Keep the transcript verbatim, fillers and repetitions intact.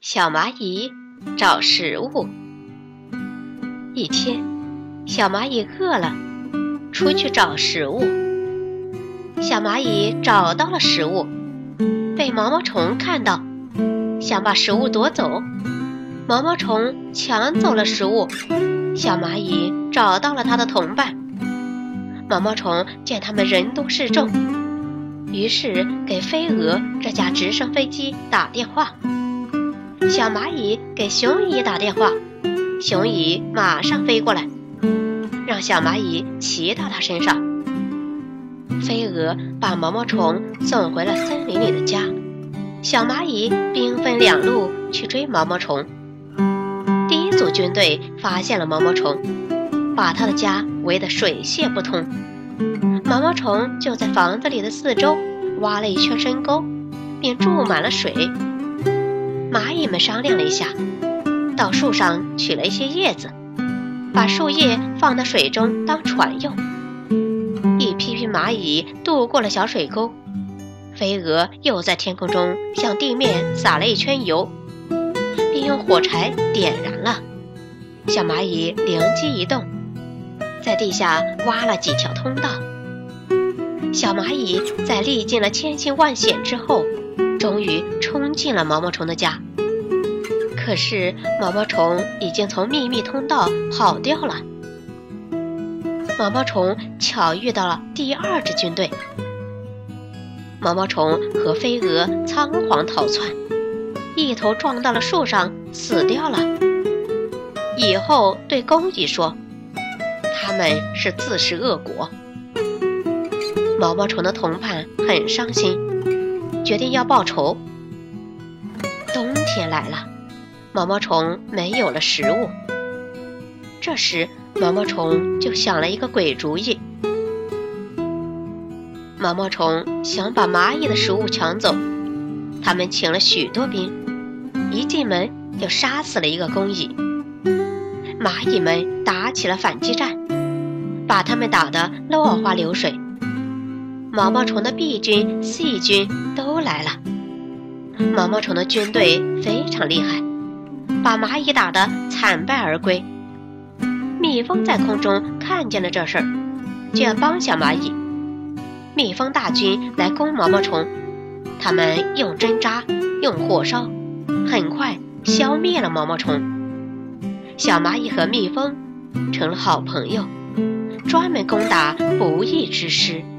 小蚂蚁找食物。一天，小蚂蚁饿了，出去找食物。小蚂蚁找到了食物，被毛毛虫看到，想把食物夺走。毛毛虫抢走了食物，小蚂蚁找到了它的同伴。毛毛虫见他们人多势众，于是给飞蛾这架直升飞机打电话。小蚂蚁给雄蚁打电话，雄蚁马上飞过来，让小蚂蚁骑到它身上。飞蛾把毛毛虫送回了森林里的家，小蚂蚁兵分两路去追毛毛虫。第一组军队发现了毛毛虫，把它的家围得水泄不通。毛毛虫就在房子里的四周挖了一圈深沟，并注满了水。蚂蚁们商量了一下，到树上取了一些叶子，把树叶放到水中当船用。一批批蚂蚁渡过了小水沟，飞蛾又在天空中向地面撒了一圈油，并用火柴点燃了。小蚂蚁灵机一动，在地下挖了几条通道。小蚂蚁在历尽了千辛万险之后，终于冲进了毛毛虫的家。可是毛毛虫已经从秘密通道跑掉了。毛毛虫巧遇到了第二支军队，毛毛虫和飞蛾仓皇逃窜，一头撞到了树上，死掉了。以后对工蚁说，他们是自食恶果。毛毛虫的同伴很伤心，决定要报仇。冬天来了，毛毛虫没有了食物。这时毛毛虫就想了一个鬼主意。毛毛虫想把蚂蚁的食物抢走，他们请了许多兵，一进门就杀死了一个工蚁。蚂蚁们打起了反击战，把他们打得落花流水。毛毛虫的 B 军、C 军都来了，毛毛虫的军队非常厉害，把蚂蚁打得惨败而归。蜜蜂在空中看见了这事儿，就要帮小蚂蚁。蜜蜂大军来攻毛毛虫，他们用针扎，用火烧，很快消灭了毛毛虫。小蚂蚁和蜜蜂成了好朋友，专门攻打不义之师。